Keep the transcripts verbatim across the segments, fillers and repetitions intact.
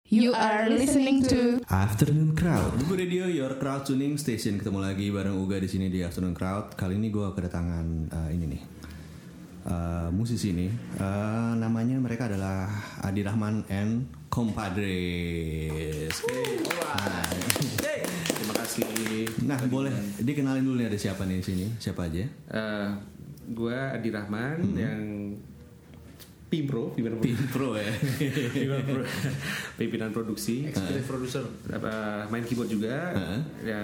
You are listening to Afternoon Crowd. Buku Radio, your crowd tuning station. Ketemu lagi bareng Uga di sini di Afternoon Crowd. Kali ini gue kedatangan uh, ini nih, uh, musisi ini. Uh, namanya mereka adalah Adi Rahman and Compadres. Hey. Nah, hey. Terima kasih. Nah, boleh dikenalin dulu nih ada siapa nih di sini? Siapa aja? Uh, gue Adi Rahman hmm. yang Pimpro, pimpinan Pimpro ya, Pro, pimpinan produksi, executive producer, uh, main keyboard juga, uh-huh. ya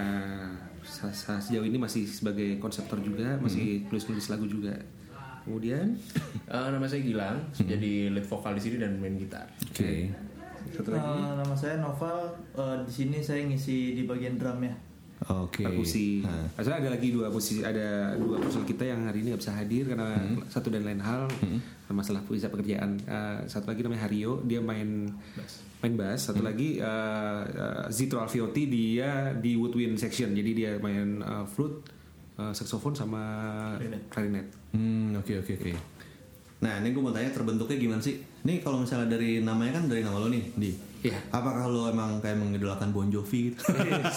sejauh ini masih sebagai konseptor juga, masih tulis-tulis lagu juga. Kemudian, uh, nama saya Gilang, hmm. jadi lead vokal di sini dan main gitar. Oke. Okay. Satu lagi. Uh, nama saya Noval, uh, di sini saya ngisi di bagian drumnya. Oke. Okay. Perkusi. Maksudnya ada lagi dua posisi, ada dua personil kita yang hari ini nggak bisa hadir karena hmm. satu dan lain hal, hmm. masalah visa pekerjaan. Uh, satu lagi namanya Hario, dia main bass. main bass. Satu hmm. lagi uh, uh, Zitro Alfiotti, dia di woodwind section, jadi dia main uh, flute, uh, saxophone sama clarinet. Hmm, oke oke oke. Nah, ini gue mau tanya terbentuknya gimana sih? Nih kalau misalnya dari namanya kan dari nama lo nih, Di. Iya. Apakah lo emang kayak mengidolakan Bon Jovi gitu?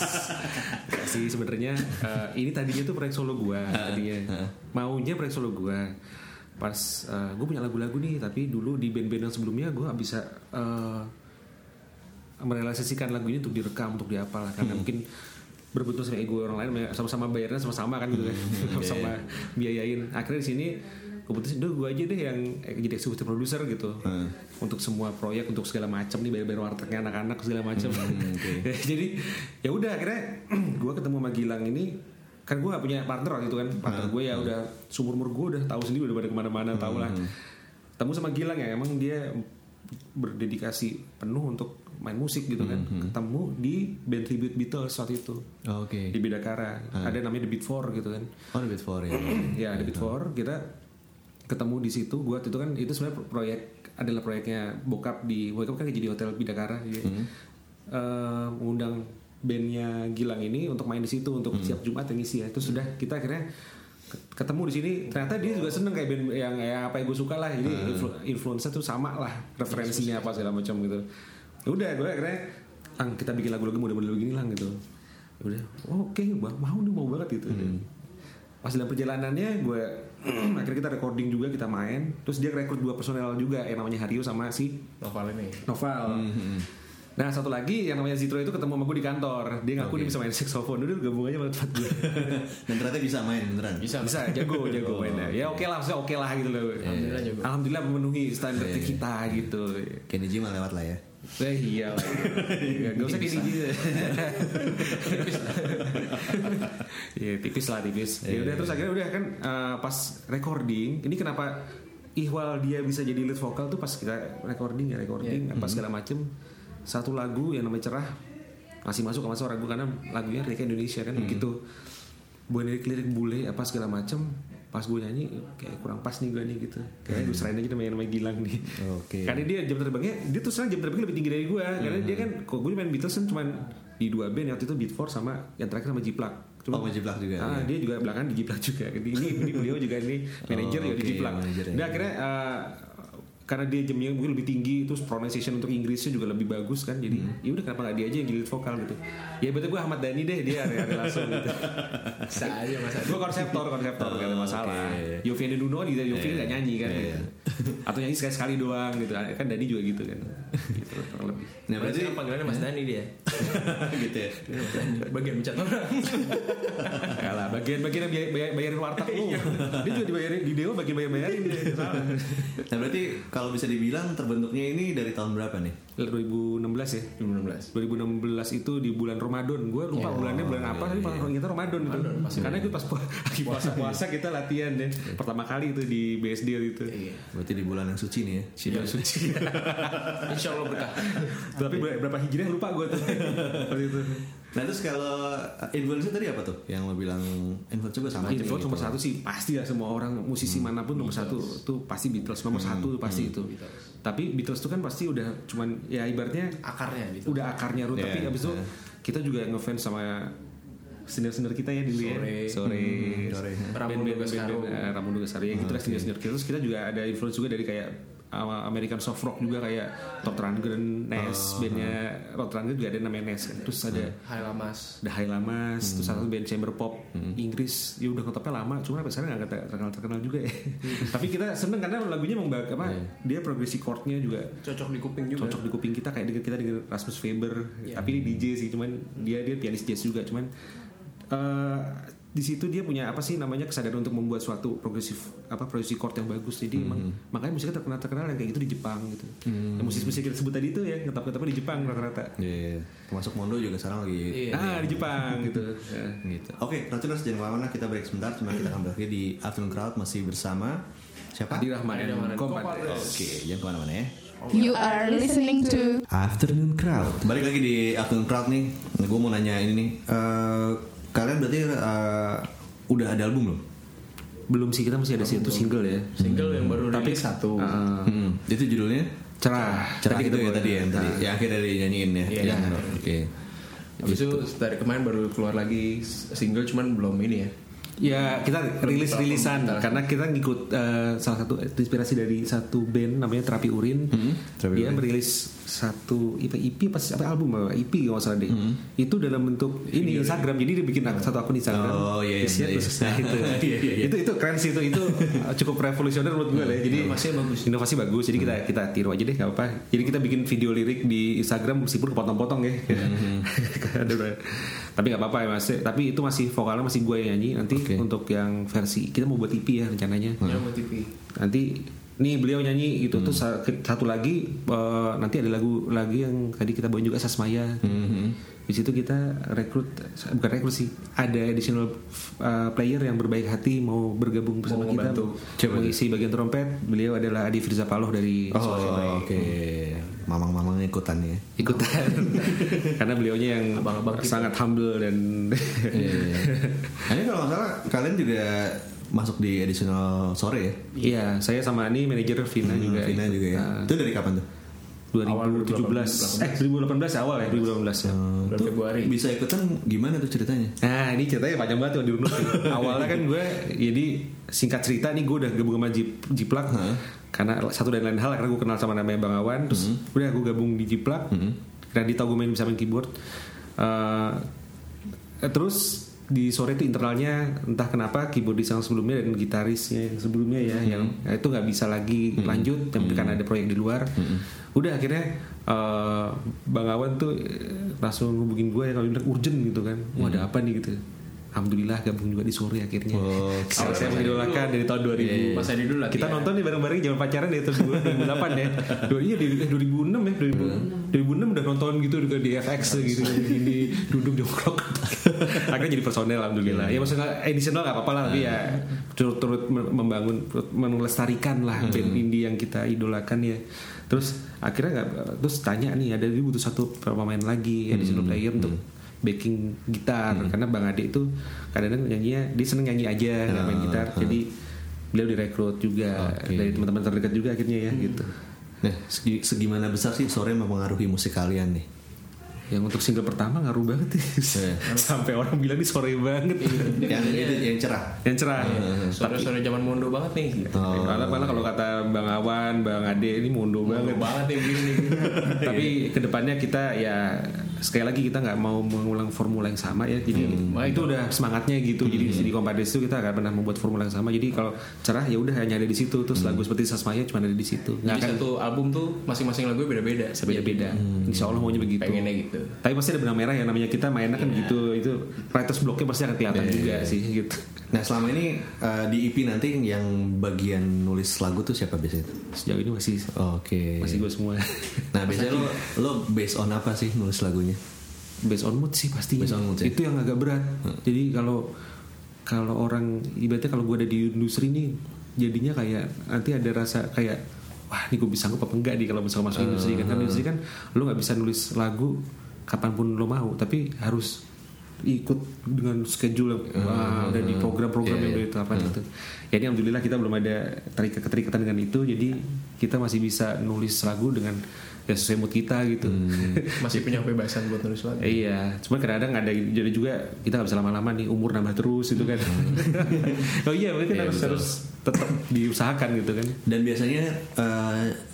Gak sih sebenarnya. Uh, ini tadinya tuh proyek solo gue. Tadinya maunya proyek solo gue. Pas uh, gue punya lagu-lagu nih, tapi dulu di band-band yang sebelumnya gue gak bisa uh, merealisasikan lagu ini untuk direkam, untuk diapal, karena hmm. mungkin berbentuk sama ego orang lain, sama-sama bayarnya sama-sama kan gitu kan, hmm, sama yeah. biayain. Akhirnya di sini keputusan udah gue aja deh yang jadi eksekutif produser gitu, hmm. untuk semua proyek, untuk segala macam nih, bayar-bayar wartegnya anak-anak segala macam. Hmm, okay. Jadi ya udah akhirnya gue ketemu sama Gilang ini, kan gue gak punya partner waktu itu kan, partner hmm. gue ya udah seumur-umur gue udah tahu sendiri, udah pada kemana-mana hmm. tahu lah. Ketemu sama Gilang ya, emang dia berdedikasi penuh untuk main musik gitu kan. Mm-hmm. Ketemu di band tribute Beatles waktu itu. Oh, oke. Okay. Di Bidakara. Uh. Ada namanya The Beat Four gitu kan. Oh, The Beat Four ya. Ya, The Beat Four. Kita ketemu di situ. Gua itu kan itu sebenarnya proyek adalah proyeknya bokap di bokap kan jadi hotel Bidakara gitu. Mm-hmm. Uh, mengundang bandnya Gilang ini untuk main di situ untuk mm-hmm. siap Jumat yang ngisi ya. Itu sudah kita akhirnya ketemu di sini, ternyata dia juga seneng kayak band yang ya apa yang gue suka lah. Ini influ- influence tuh sama lah, referensinya apa segala macam gitu. Udah gue akhirnya Lang, kita bikin lagu-lagu model-model begini Lang gitu. Udah oh, oke okay, mau nih mau banget gitu. hmm. Pas dalam perjalanannya gue akhirnya kita recording juga, kita main. Terus dia rekrut dua personel juga yang namanya Hario sama si Noval ini Noval. hmm. Nah satu lagi yang namanya Zitro itu ketemu sama gue di kantor. Dia ngaku okay. dia bisa main saxophone. Udah gabung aja sama tempat gue. Dan ternyata bisa main beneran. Bisa, bisa jago jago oh, mainnya. Ya oke okay lah, oke okay lah gitu loh. Alhamdulillah jago. Alhamdulillah memenuhi standar yeah. kita gitu. Kenny G mah lewat lah ya. Eh iya lah. Gak usah Kenny G. Iya tipis lah tipis. Ya udah terus akhirnya udah kan uh, pas recording. Ini kenapa Ihwal dia bisa jadi lead vokal tuh pas kita recording ya recording yeah. apa segala macem. Satu lagu yang namanya Cerah masih masuk sama suara gue karena lagunya lirik Indonesia kan, hmm. begitu buat lirik-lirik bule apa segala macam, pas gue nyanyi kayak kurang pas nih gue nih gitu, kayak hmm. gue serain aja namanya namanya Gilang nih. Okay. Karena dia jam terbangnya dia tuh sekarang jam terbangnya lebih tinggi dari gue, hmm. karena dia kan kok gue main Beatles kan cuman di dua band waktu itu Beat Four sama yang terakhir sama Jiplak. Cuma, oh Jiplak juga. Ah, ya. Dia juga belakangan di Jiplak juga. Ini ini beliau juga ini manajer oh, ya okay, di Jiplak. Nah akhirnya uh, karena dia jamnya mungkin lebih tinggi, terus pronunciation untuk Inggrisnya juga lebih bagus kan, jadi hmm. ya udah kenapa nggak dia aja yang jadi vokal gitu. Ya betul gue Ahmad Dhani deh, dia area langsung gitu. Bisa aja masalah. Gue konseptor konseptor oh, gak ada masalah. Okay. Yofi Nuno juga Yofi nggak yeah. nyanyi kan, yeah. gitu. Atau nyanyi sekali sekali doang gitu. Kan Dhani juga gitu kan. Gitu kurang lebih. Nah berarti panggilannya Mas Dhani dia. Gitu ya. Bagian mencat orang. Kalah bagian-bagian bayar, bayarin warteg lu. Dia juga dibayarin di Dewa bagian bayar-bayarin dia. Salah. Nah berarti kalau bisa dibilang terbentuknya ini dari tahun berapa nih? dua ribu enam belas ya. dua ribu enam belas dua ribu enam belas itu di bulan Ramadan. Gue lupa yeah. bulannya bulan apa, tapi yeah. kita Ramadan itu. Ramadan, karena itu pas lagi puasa-puasa kita latihan deh. Yeah. Pertama kali itu di B S D itu. Yeah. Berarti di bulan yang suci nih ya. Bulan suci. Insya Allah berkah. Tapi berapa hijriah lupa gue tuh. Waktu itu. Nah terus kalau influencer tadi apa tuh yang lo bilang influencer juga sama? Influencer nomor satu sih pasti lah, semua orang musisi hmm. manapun nomor Beatles. satu tuh pasti Beatles nomor hmm. satu tuh pasti hmm. itu. Beatles. Tapi Beatles tuh kan pasti udah cuman ya ibaratnya akarnya gitu. Udah akarnya root yeah, tapi abis itu yeah. kita juga ngefans sama senior-senior kita ya dulu ya. Sore. Sore. Ramundo Gasaru. Ramundo Gasaru ya gitu lah senior-senior kita. Terus kita juga ada influence juga dari kayak American soft rock juga kayak Todd Rundgren, Ness, oh, bandnya Todd Rundgren juga ada namanya Ness kan. Terus ada Hai Lamas, ada Hai Lamas, hmm. terus satu band chamber pop hmm. Inggris, ya udah ngetopnya lama, cuma sampai sekarang nggak terkenal terkenal juga ya. Tapi kita seneng karena lagunya emang apa? Yeah. Dia progresi chordnya juga cocok di kuping juga. Cocok di kuping kita kayak dengan kita dengan Rasmus Weber, yeah. Tapi ini D J sih, cuman dia dia pianis jazz juga, cuman uh, di situ dia punya apa sih namanya kesadaran untuk membuat suatu progresif apa progresi chord yang bagus. Jadi mm-hmm. emang makanya musiknya terkenal terkenal yang kayak gitu di Jepang gitu. Mm-hmm. Musik-musik kita sebut tadi itu ya ngetop-ngetopnya di Jepang rata-rata. Iya. Yeah. Termasuk Mondo juga sekarang lagi. Yeah. Ah di Jepang gitu. Ya. Gitu. Oke, okay, Racuners jangan kemana-mana, kita break sebentar. Cuma kita akan berakhir di Afternoon Crowd masih bersama siapa? Adi Rahman dan Kompadres. Oke, okay, jangan kemana-mana ya. You are listening to Afternoon Crowd. Balik lagi di Afternoon Crowd nih. Nah, gue mau nanya ini nih. Uh, kalian berarti uh, udah ada album belum? Belum sih, kita masih ada satu single ya. Single hmm. yang baru tapi satu. Uh, hmm. Itu judulnya Cerah. Cerah tadi itu kita ya tadi ya, tadi. Yang akhirnya dinyanyiin ya. Iya. Ya. Oke. Okay. Habis itu dari kemarin baru keluar lagi single, cuman belum ini ya. Ya kita rilis-rilisan karena kita ngikut uh, salah satu inspirasi dari satu band namanya Terapi Urin. Hmm, Terapi dia Urin. Merilis satu E P E P apa apa album apa E P kalau nggak salah deh. Hmm. Itu dalam bentuk ini video Instagram. Jadi dia bikin satu akun Instagram. Oh iya. Iya, iya. Nah, itu, iya, iya, iya. itu itu keren sih itu itu cukup revolusioner menurut gue lah. Jadi inovasi bagus. Inovasi bagus. Jadi kita kita tiru aja deh nggak apa. Jadi kita bikin video lirik di Instagram meskipun kepotong-potong ya. Hmm. Tapi nggak apa-apa ya mas. Tapi itu masih vokalnya masih gue yang nyanyi. Nanti okay. Untuk yang versi kita mau buat E P ya rencananya. Ya buat E P. Nanti nih beliau nyanyi gitu. Hmm. Terus satu lagi uh, nanti ada lagu lagi yang tadi kita bawain juga Sasmaya. Hmm. Di situ kita rekrut bukan rekrut sih. Ada additional uh, player yang berbaik hati mau bergabung bersama mau kita coba mengisi bagian trompet. Beliau adalah Adi Firza Paloh dari Oh oke. Okay. Mamang-mamang ikutan ya. Ikutan. Karena beliaunya yang abang-abang sangat kita. Humble dan iya. Nah, ini kalau nggak salah kalian juga masuk di additional sore ya? Iya, saya sama Ani manajer Vina hmm, juga. Vina juga ya. Nah, itu dari kapan tuh? dua ribu tujuh belas Eh dua ribu delapan belas awal ya dua ribu delapan belas ya. Hmm, Februari. Bisa ikutan gimana tuh ceritanya? Nah, ini ceritanya panjang banget tuh di Unus. Awalnya kan gue jadi singkat cerita nih gue udah gabung sama Jiplak. Huh? Karena satu dan lain hal karena gue kenal sama namanya Bang Awan, terus hmm. udah gue gabung di Jiplak. Hmm. Karena di tau gue main bisa main keyboard. Uh, terus di sore itu internalnya entah kenapa keyboardis yang sebelumnya dan gitarisnya yang sebelumnya ya mm-hmm. yang itu nggak bisa lagi mm-hmm. lanjut mm-hmm. karena ada proyek di luar. Mm-hmm. Udah akhirnya uh, Bang Awan tuh langsung hubungin gue ya kalau bilang urgent gitu kan. Wah mm-hmm. ada apa nih gitu. Alhamdulillah gabung juga di sore akhirnya. Oh, saya saya mengidolakan dari tahun dua ribu. Yeah, Mas Adi dulu kita nonton nih bareng-bareng zaman pacaran dari tahun dua ribu delapan ya. Iya di dua ribu enam ya, dua ribu enam udah nonton gitu di F X gitu di duduk jongkok. Akhirnya jadi personel alhamdulillah. Ya maksudnya additional enggak apa-apa lah tapi ya turut-turut membangun melestarikan lah band indie yang kita idolakan ya. Terus akhirnya enggak terus tanya nih ada dia butuh satu pemain lagi additional player untuk backing gitar hmm. karena Bang Ade itu kadang-kadang nyanyinya dia seneng nyanyi aja nggak main gitar uh, uh. jadi beliau direkrut juga okay. dari teman-teman terdekat juga akhirnya ya hmm. gitu. Nah segi, segimana besar sih sore mempengaruhi musik kalian nih? Yang untuk single pertama ngaruh banget ya. Yeah. Sampai orang bilang ini sore banget. yang itu yang cerah. Yang cerah. Uh, sore-sore zaman Mondo banget nih. Oh. Malah malah kalau kata Bang Awan, Bang Ade ini Mondo, Mondo banget. banget nih begini. Tapi kedepannya kita ya sekali lagi kita nggak mau mengulang formula yang sama ya. Jadi hmm. itu udah semangatnya gitu. Hmm. Jadi di Kompadres itu kita nggak pernah membuat formula yang sama. Jadi kalau cerah ya udah hanya ada di situ. Terus hmm. lagu seperti Sasmaya cuma ada di situ. Jadi akan satu album tuh masing-masing lagu beda-beda. Beda-beda. Hmm. Insya Allah maunya begitu. Pengennya gitu. Tapi pasti ada benang merah yang namanya kita mainnya kan yeah. gitu. Itu writers blocknya pasti akan kelihatan yeah. juga sih gitu. Nah selama ini uh, di E P nanti yang bagian nulis lagu tuh siapa biasanya? Sejauh ini masih oh, oke okay. masih gue semua. Nah biasanya lo lo based on apa sih nulis lagunya? Based on mood sih pastinya. Based on mood, ya? Itu yang agak berat. Hmm. Jadi kalau kalau orang ibaratnya kalau gue ada di industri ini jadinya kayak nanti ada rasa kayak wah ini gue bisa sanggup apa enggak nih kalau misalnya masuk uh, industri kan. Karena industri kan lo nggak bisa nulis lagu kapanpun lo mau tapi harus ikut dengan schedule yang wah, udah di program-program yeah, yang udah ditetapkan yeah. gitu. Ya ini alhamdulillah kita belum ada keterikatan dengan itu jadi kita masih bisa nulis lagu dengan ya sesuai mood kita gitu. Hmm. Masih punya kebebasan buat nulis lagu. Iya, cuma kadang-kadang ada jadi juga kita nggak bisa lama-lama nih umur nambah terus gitu kan. oh iya, mungkin yeah, harus betul. harus tetap diusahakan gitu kan. Dan biasanya uh,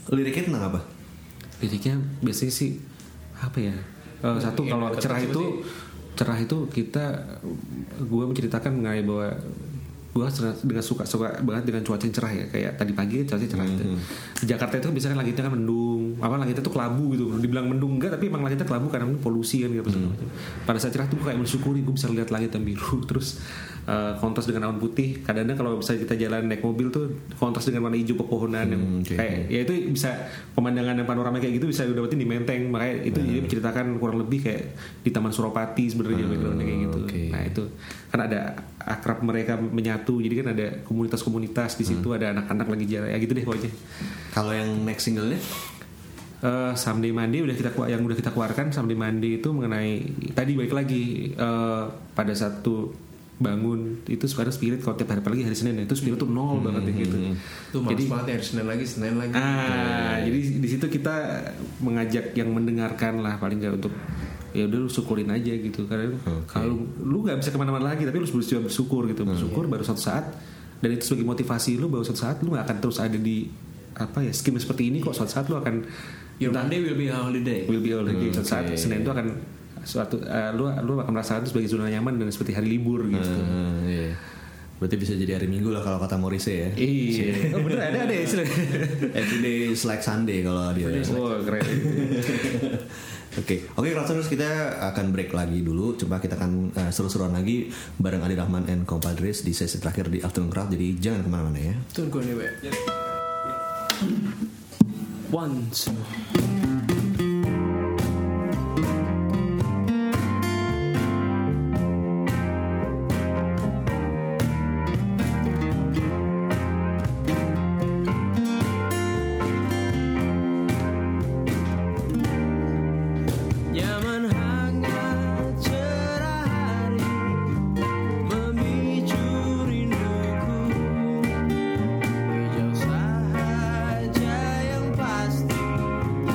Liriknya tentang apa? Liriknya biasanya sih apa ya? Uh, satu kalau cerah itu cerah itu kita gue menceritakan mengenai bahwa gue dengan suka suka banget dengan cuaca yang cerah ya, kayak tadi pagi cuaca cerah gitu. Di Jakarta itu biasanya kan langitnya kan mendung, apa langitnya tuh kelabu gitu. Dibilang mendung enggak, tapi emang langitnya kelabu karena polusi kan gitu. Hmm. Pada saat cerah tuh kayak bersyukuri gue bisa lihat langit yang biru, terus uh, kontras dengan awan putih. Kadang-kadang kalau misalnya kita jalan naik mobil tuh kontras dengan warna hijau pepohonan hmm, yang okay. kayak ya itu bisa pemandangan yang panorama kayak gitu bisa dapetin di Menteng. Makanya itu hmm. jadi menceritakan kurang lebih kayak di Taman Suropati sebenarnya hmm, backgroundnya kayak gitu. Okay. Nah itu kan ada akrab mereka menyatu, jadi kan ada komunitas-komunitas di situ, hmm. ada anak-anak lagi jalan ya gitu deh pokoknya. Kalau yang next single-nya uh, Someday Monday udah kita yang udah kita keluarkan. Someday Monday itu mengenai tadi balik lagi uh, pada satu bangun itu sekarang spirit kalau tiap hari apalagi hari Senin itu spirit tuh nol hmm, banget hmm, gitu. Tuh malas banget ya hari Senin lagi Senin lagi. Ah, ya, jadi di situ kita mengajak yang mendengarkan lah paling nggak untuk ya udah lu syukurin aja gitu karena okay. kalau lu nggak bisa kemana-mana lagi tapi lu harus berusaha bersyukur gitu hmm. bersyukur baru suatu saat dan itu sebagai motivasi lu baru suatu saat lu nggak akan terus ada di apa ya skim seperti ini kok suatu saat lu akan your Monday will be a holiday will be a holiday suatu saat okay. Senin itu akan suatu uh, lu lu akan merasakan itu sebagai zona nyaman dan seperti hari libur gitu. Hmm, yeah. Berarti bisa jadi hari Minggu lah kalau kata Morrissey ya. Iya. Oh bener ada ada istilah. Every day is like Sunday kalau dia. Oh keren. Oke, oke Crowdtuners, kita akan break lagi dulu. Coba kita akan uh, seru-seruan lagi bareng Adi Rahman and Compadres di sesi terakhir di Afternoon Crowd. Jadi jangan kemana-mana ya. Tunggu nih, Be. One, two. Jauh sahaja yang pasti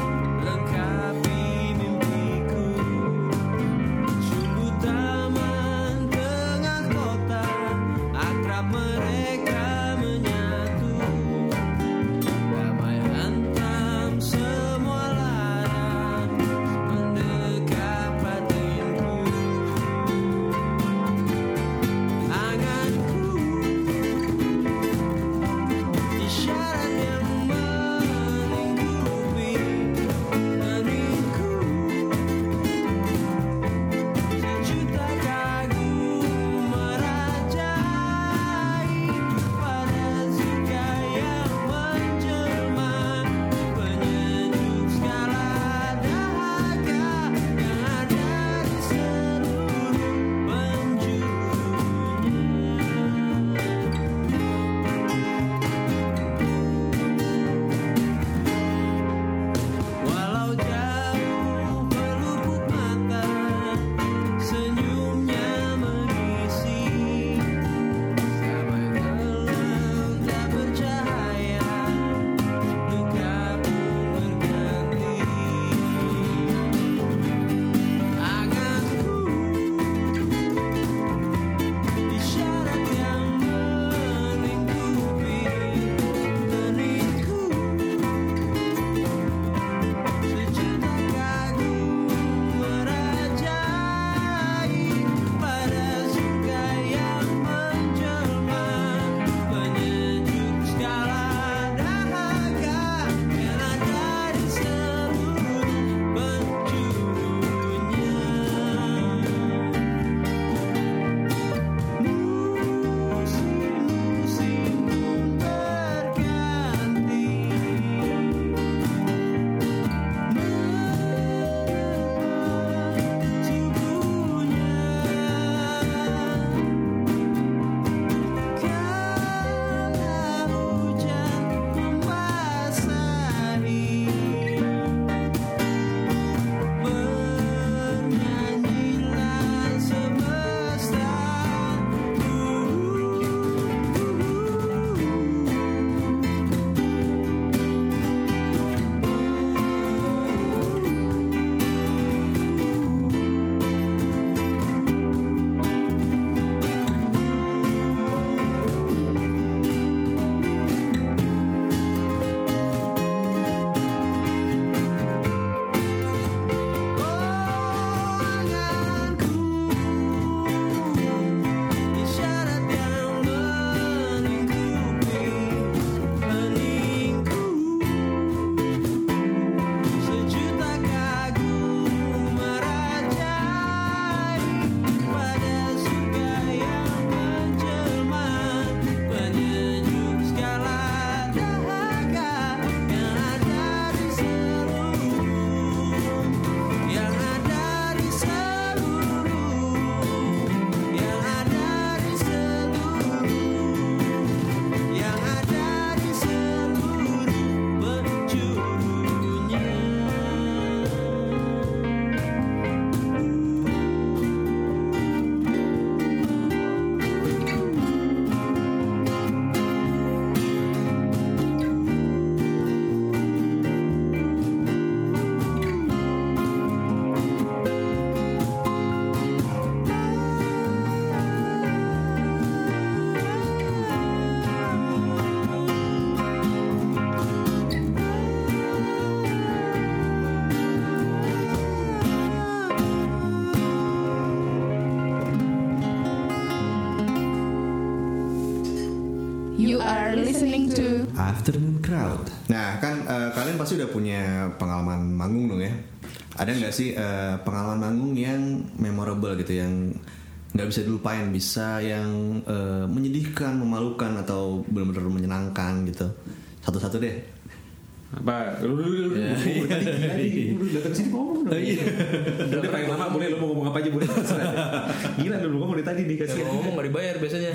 are listening to Afternoon Crowd. Nah kan uh, kalian pasti udah punya pengalaman manggung dong ya. Ada nggak sih uh, pengalaman manggung yang memorable gitu, yang nggak bisa dilupain, bisa yang uh, menyedihkan, memalukan atau benar-benar menyenangkan gitu. Satu-satu deh. Apa? Lu lu lu tadi lu datang sini ngomong dong. Iya. Udah paling lama boleh lu mau ngomong apa aja boleh. Gila lu ngomong dari tadi nih kasih. Ngomong nggak dibayar biasanya.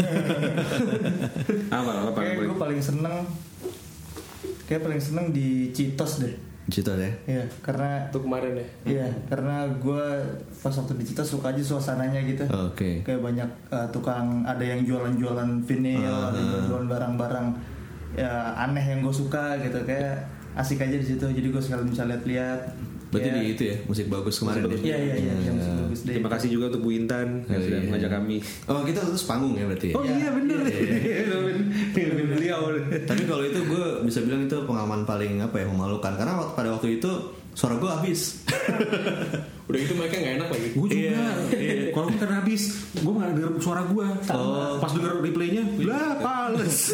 Apa apa Kayak gue paling seneng, kayak paling seneng di Citos deh. Citos ya. Iya, karena Itu kemarin ya. Iya, karena gue pas waktu di Citos suka aja suasananya gitu. Oke. Kayak banyak uh, tukang, ada yang jualan-jualan vinyl, Uh-huh. ada yang jualan barang-barang ya aneh yang gue suka gitu, kayak asik aja di situ. Jadi gue sekalian bisa lihat-lihat. Berarti Kayak- di itu ya, musik bagus kemarin Musik deh. Iya iya iya, yang musik bagus deh. Terima kasih juga untuk Bu Intan yang Oh, sudah iya. mengajak kami. Oh kita terus panggung ya berarti. Oh iya bener. Beliau. Tapi kalau itu gue bisa bilang itu pengalaman paling apa ya, memalukan, karena waktu, pada waktu itu suara gue habis. Udah gitu mereka nggak enak lagi. Gue juga. Iya, iya. Kalau gue kan habis, gue nggak denger suara gue. Oh. Pas denger replaynya, lah pales.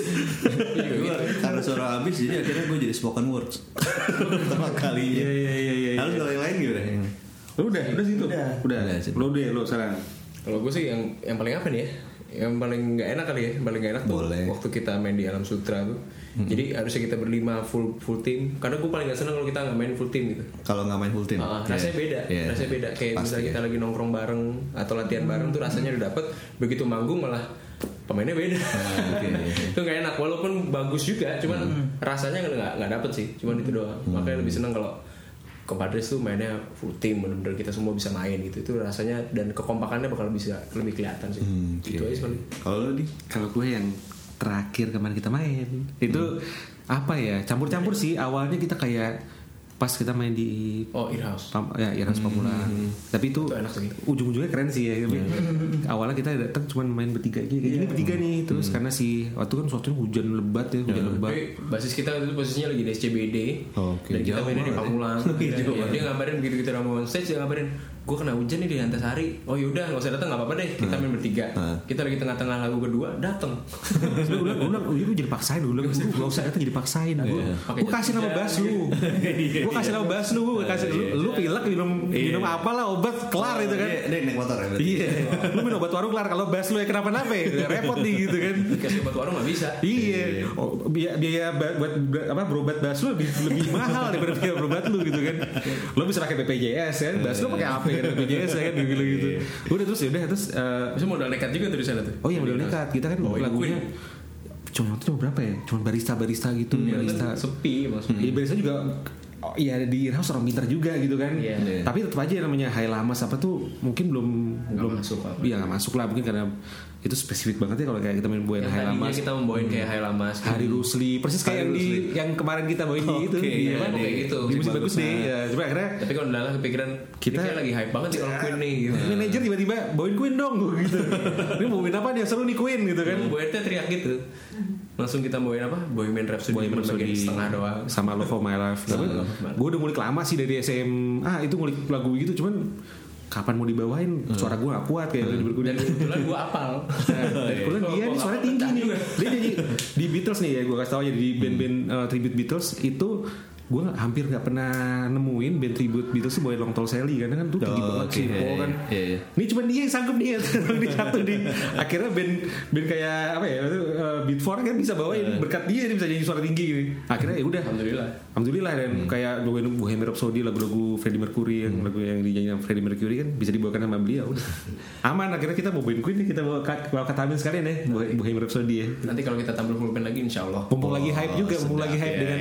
Gua, karena suara habis jadi akhirnya gue jadi spoken words pertama kalinya. Iya iya iya iya. Lalu kalau yang lain gimana? Lu udah, udah situ. Udah. Udah. Udah, situ. Lu deh, lu sekarang. Kalau gue sih yang yang paling apa nih ya? Yang paling nggak enak kali ya, yang paling nggak enak tuh Boleh. waktu kita main di Alam Sutra tuh. Hmm. Jadi harusnya kita berlima full full team. Karena gue paling nggak seneng kalau kita nggak main full team gitu. Kalau nggak main full team, Ah, Iya. rasanya beda, Iya. rasanya beda. Kayak Pasti misalnya ya. kita lagi nongkrong bareng atau latihan bareng tuh rasanya udah dapet. Begitu manggung malah pemainnya beda. Ah, oke. Itu nggak enak. Walaupun bagus juga, cuman Hmm. rasanya nggak nggak dapet sih. Cuman itu doang. Makanya lebih seneng kalau Compadres tuh mainnya full team, bener-bener kita semua bisa main gitu. Itu rasanya dan kekompakannya bakal bisa lebih kelihatan sih. Hmm, Gitu oke. aja paling. Kalau lu di Kalau gue yang terakhir kemarin kita main itu apa ya, campur-campur sih. Awalnya kita kayak pas kita main di Oh, Earhouse. Pam, ya Iras Pamula. Tapi itu Itu enak sih. ujung-ujungnya keren sih ya. Tapi awalnya kita datang cuma main bertiga aja. Kayak gini bertiga nih. Terus karena si waktu kan suatu hujan lebat ya, hujan lebat. Tapi basis kita itu posisinya lagi di S C B D. Oke, Dan kita jauh mainnya di banget ya. Pamulang. Jauh Ya, dia ngabarin begitu kita udah mau on stage, dia ngabarin, gue kena hujan nih di Antasari. Oh yaudah, nggak usah datang, nggak apa-apa deh. Kita main bertiga. Hmm. Kita lagi tengah-tengah lagu kedua, datang. Gue bilang, gue bilang, gue jadi paksain. Gue bilang, lu gak usah datang jadi paksain. Gue gue kasih nama bass lu. Gue kasih nama bass lu. Gue kasih lu. Lu pilek minum minum apa lah, obat kelar itu kan. Dia, dia naik motor ya berarti. Iya. Lu minum obat warung kelar. Kalau bass lu ya kenapa-napa ya repot nih gitu kan. Kasih obat warung nggak bisa. Iya, oh, biaya, biaya ba- buat ba- apa berobat bass lu lebih, lebih mahal daripada biaya berobat lu gitu kan. Lo bisa pakai B P J S kan, bass lu pakai A P kan B P J S kan gitu gitu. Udah terus ya udah terus. eh, Bisa modal nekat juga tuh di sana tuh. oh iya modal nekat kita kan Bawain lagunya. Queen. Cuma itu berapa ya? Cuma barista barista gitu, barista. Sepi maksudnya. Iya barista juga. Oh, iya di Earhouse orang pintar juga gitu kan. Iya. Tapi tetap aja yang namanya High Lamas apa tuh mungkin belum Nggak belum masuk apa. Iya nggak masuk lah mungkin karena itu spesifik banget ya kalau kayak kita main buat Yang High tadinya Lamas. kita membawain kayak High Lamas. gitu. Hari Rusli persis kayak Hari yang di Rusli. yang kemarin kita bawain di itu Oke, di iya, apa? kayak gitu. di musik bagus Bagus, deh ya coba akhirnya Tapi kalau udah kepikiran Kita- kita kayak lagi hype banget sih kalau Queen nih gitu. manajer tiba-tiba bawain Queen dong gitu ini mau bawain apa dia seru nih Queen gitu kan Bu R T teriak gitu. Langsung kita bawain apa? Bohemian Rhapsody Bohemian cuma bagian Rhapsody setengah doang. sama Love of My Life tapi Love of My Life. gue udah ngulik lama sih dari S M A itu ngulik lagu gitu cuman kapan mau dibawain suara gue gak kuat kayak udah Dan kebetulan gue apal. dan kemudian dia nih suaranya tinggi nih dia jadi di Beatles nih ya gue kasih tau aja di band-band uh, tribute Beatles itu gue hampir nggak pernah nemuin band tribute Beatles tuh bawain Long Tall Sally karena kan tuh tinggi Oh, banget oke, sih iya, Paul kan iya, iya. ini cuma dia yang sanggup nih di satu di akhirnya band band kayak apa ya itu uh, Beat for kan bisa bawain berkat dia dia bisa jadi suara tinggi gitu akhirnya ya udah Alhamdulillah. alhamdulillah dan kayak bawain Bohemian Rhapsody lagu-lagu Freddie Mercury yang lagu yang dinyanyiin Freddie Mercury kan bisa dibawakan sama beliau udah aman akhirnya kita mau bawain Queen nih kita bawa kat bawa katamin sekalian ya Bohemian Rhapsody ya Nanti kalau kita tampil full band lagi insya Allah. mumpung lagi hype juga mumpung lagi hype dengan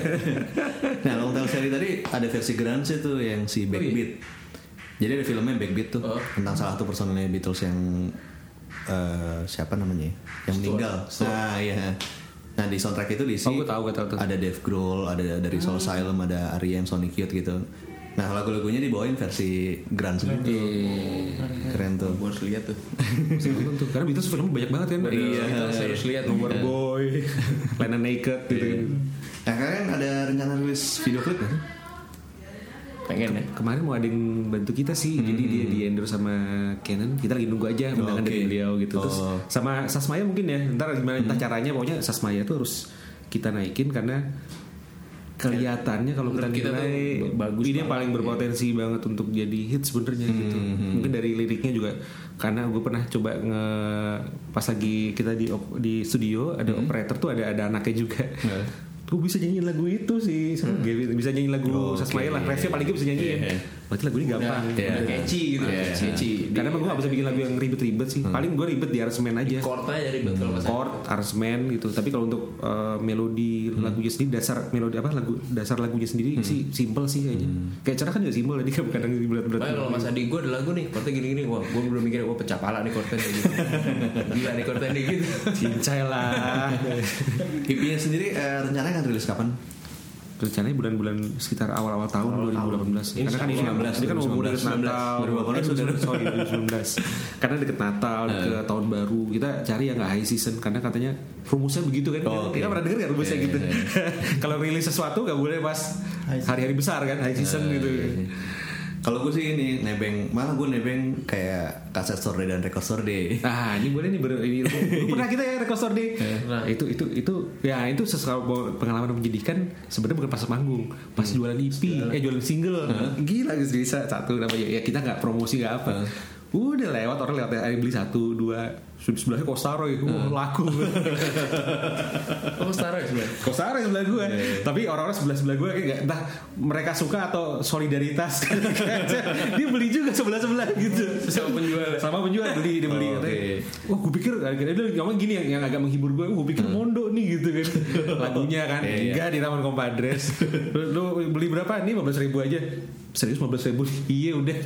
Nah, Long Tall Sally tadi ada versi grunge itu yang si Backbeat. Jadi ada filmnya Backbeat tuh Oh. tentang salah satu personelnya Beatles yang eh, siapa namanya? Yang meninggal. Nah, iya. Nah, di soundtrack itu diisi Oh, gue tahu, gue tahu tuh. ada Dave Grohl, ada dari Soul Asylum, ada R E M, Sonic Youth gitu. Nah, lagu-lagunya dibawain versi grunge gitu. Keren tuh. Gue harus lihat tuh. Harus nonton tuh karena Beatles film banyak banget kan Iya. Kita harus lihat Nowhere Boy Lena Naked gitu Nah, kalian ada rencana rilis video klip nggak sih? pengen ya. Kemarin mau ada yang bantu kita sih, hmm. jadi dia di endorse sama Canon. Kita lagi nunggu aja undangan okay. dari beliau gitu. Terus oh. sama Sasmaya mungkin ya. Ntar gimana hmm. entah caranya, pokoknya Sasmaya tuh harus kita naikin karena kelihatannya kalau kita nilai bagus, ini yang paling berpotensi ya. banget untuk jadi hit sebenarnya hmm. gitu. Mungkin dari liriknya juga, karena gue pernah coba nge pas lagi kita di di studio ada hmm. operator tuh ada ada anaknya juga. Hmm. Gue bisa nyanyiin lagu itu sih, hmm. bisa nyanyiin lagu oh, Sasmaya lah, refnya paling gue bisa nyanyiin. Yeah. Berarti lagu ini gampang, udah, yeah. udah catchy gitu, yeah. catchy. Karena emang gue gak bisa bikin lagu yang ribet-ribet sih. Hmm. Paling gue ribet di aransemen aja. Chord aja ribet kalau masalah. Chord, aransemen gitu. Tapi kalau untuk uh, melodi hmm. lagunya sendiri, dasar melodi apa lagu dasar lagunya sendiri hmm. sih simple sih kayaknya. Hmm. Kayak cerah kan juga simple, jadi kadang berat-berat. Kalau Mas Adi gue ada lagu nih, chordnya gini-gini, wah gue belum mikir, wah pecah pala nih chordnya gitu. Gila nih chordnya nih gitu. Cincai lah. E P-nya sendiri eh, rencananya akan rilis kapan? Rencananya bulan-bulan sekitar awal-awal tahun awal dua ribu delapan belas. Tahun. Karena kan ini, ini kan mau deket Natal, dua ribu delapan belas eh, sorry dua ribu sembilan belas. Karena deket Natal, deket tahun baru, kita cari yang nggak high season karena katanya rumusnya begitu kan. Oh, okay. Kita pernah dengar ya rumusnya yeah, gitu. Yeah, yeah. Kalau rilis sesuatu nggak boleh pas hari-hari besar kan, high season uh, gitu. Yeah, yeah. Kalau gue sih ini nebeng, malah gue nebeng kayak kaset store day dan record store day. Ah ini boleh nih ber, ini pernah kita ya record store day. Nah, itu itu itu ya itu sesuatu pengalaman menjadikan sebenarnya bukan pas manggung, pas hmm. jualan E P, Segala. eh jualan single. Hmm. Gila bisa satu namanya ya kita nggak promosi nggak apa. Hmm. Udah lewat orang lewat ayo beli satu dua sebelahnya Kostaroy uh. laku. Kostaroy sebelah. Kostaroy sebelah gue. Yeah. Tapi orang-orang sebelah sebelah gue kayak entah mereka suka atau solidaritas. Dia beli juga sebelah sebelah gitu. Sama penjual. Sama penjual beli dia beli. Oh, okay. Wah gue pikir dia bilang gini yang, yang agak menghibur gue. Gue pikir Mondo nih gitu kan lagunya kan. Yeah, enggak yeah. di Taman Kompadres. Lu beli berapa? Nih lima belas ribu aja. Serius lima belas ribu? Iya udah.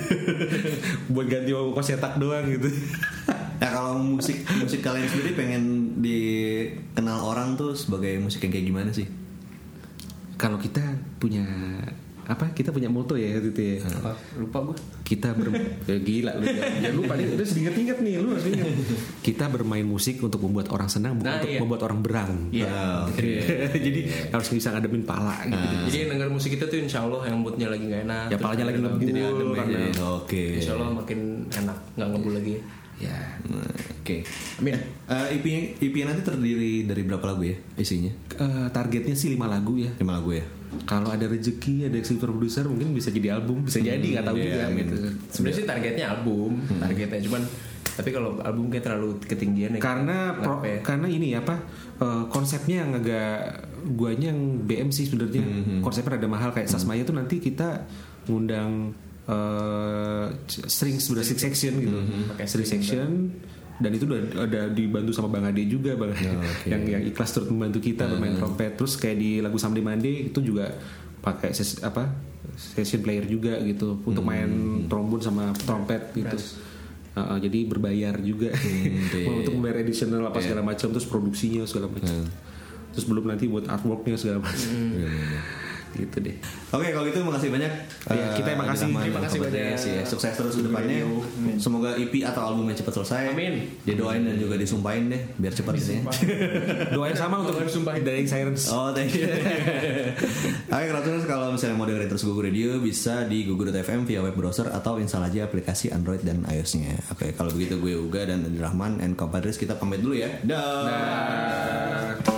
Buat ganti kos cetak doang gitu. Ya kalau musik musik kalian sendiri pengen dikenal orang tuh sebagai musik yang kayak gimana sih? Kalau kita punya apa? Kita punya moto ya gitu ya. Apa? Lupa gue. Kita ber ya gila lu jangan lupa nih. Udah sedikit-sedikit nih lu harus ingat. Kita bermain musik untuk membuat orang senang, bukan nah, untuk iya. membuat orang berang. Iya. Oh, okay. Jadi harus bisa ngademin pala gitu. Uh. Jadi denger musik kita tuh insya Allah yang moodnya lagi nggak enak. Ya palanya lagi ngebul. Oke. Okay. Insya Allah makin enak, nggak ngebul lagi. Ya, oke. Okay. Amin. Uh, E P E P nanti terdiri dari berapa lagu ya isinya? Uh, targetnya sih lima lagu ya. Lima lagu ya. Kalau ada rezeki, ada executive producer mungkin bisa jadi album, bisa jadi nggak hmm, tahu yeah, juga gitu. Sebenarnya sih targetnya album, hmm. targetnya cuman tapi kalau album kayak terlalu ketinggian ya. Karena pro, ya. karena ini apa uh, konsepnya yang agak guanya yang B M sih sebenarnya. Hmm. Konsepnya ada mahal kayak Sasmaya hmm. tuh nanti kita ngundang Uh, string sudah six section gitu, mm-hmm. pakai string section dan itu udah ada dibantu sama Bang Ade juga Bang Ade oh, okay. yang yang ikhlas turut membantu kita uh-huh. bermain trompet. Terus kayak di lagu Someday Monday itu juga pakai ses, apa session player juga gitu untuk mm-hmm. main trombon sama trompet gitu. Uh, uh, jadi berbayar juga mm-hmm. untuk membayar additional apa yeah. segala macam, terus produksinya segala macam. Uh. Terus belum nanti buat artworknya segala macam. Mm-hmm. Gitu deh. Oke, kalau gitu makasih banyak. Ya, kita yang makasih. Terima kasih banyak. Ya. Sukses terus ke depannya. Semoga E P atau albumnya cepat selesai. Amin. Didoain dan juga disumpahin deh biar cepat ini. Doain sama untuk disumpahin dari Sirens. Oh, thank you. Oke, Crowdtuners kalau misalnya mau dengerin terus Gugu Radio bisa di gugu dot f m via web browser atau install aja aplikasi Android dan iOS-nya. Oke, kalau begitu gue Uga dan Adi Rahman and Kompadres kita pamit dulu ya. Dah. Da.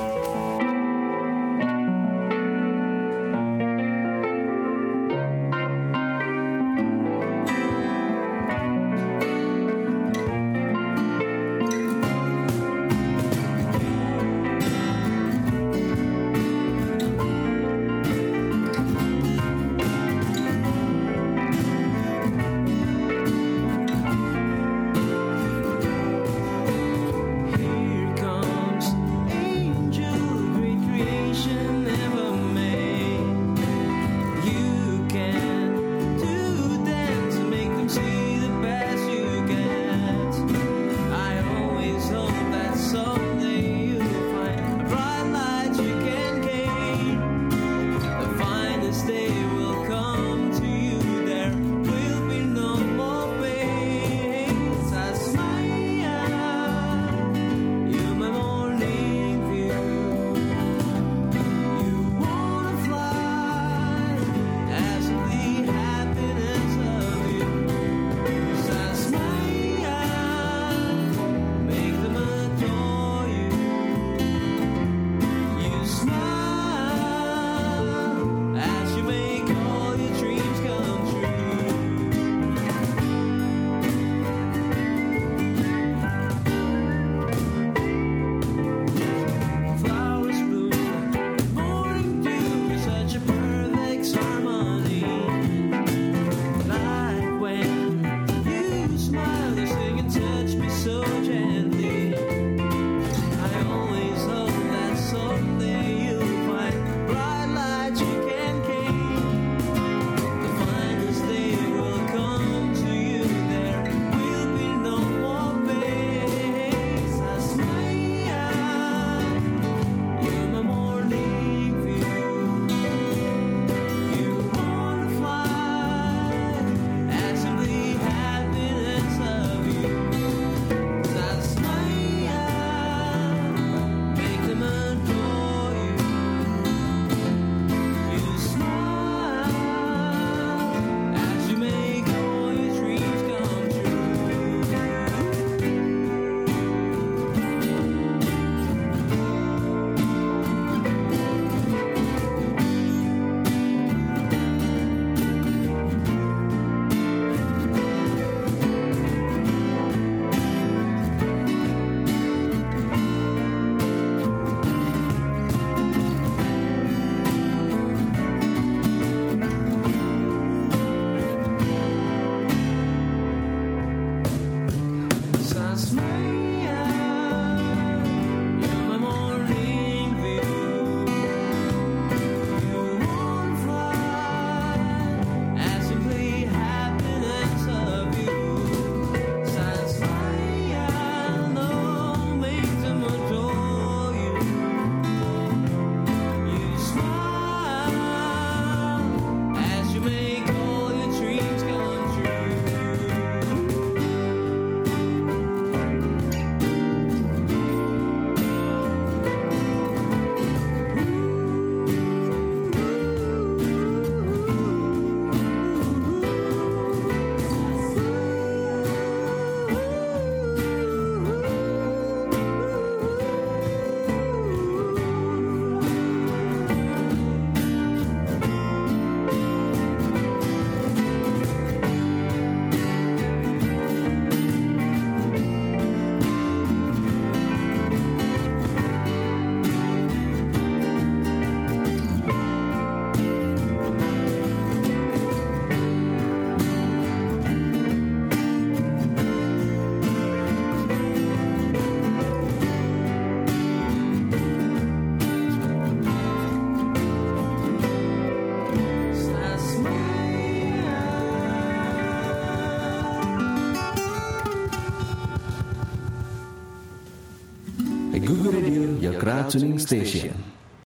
Crowd Tuning Station.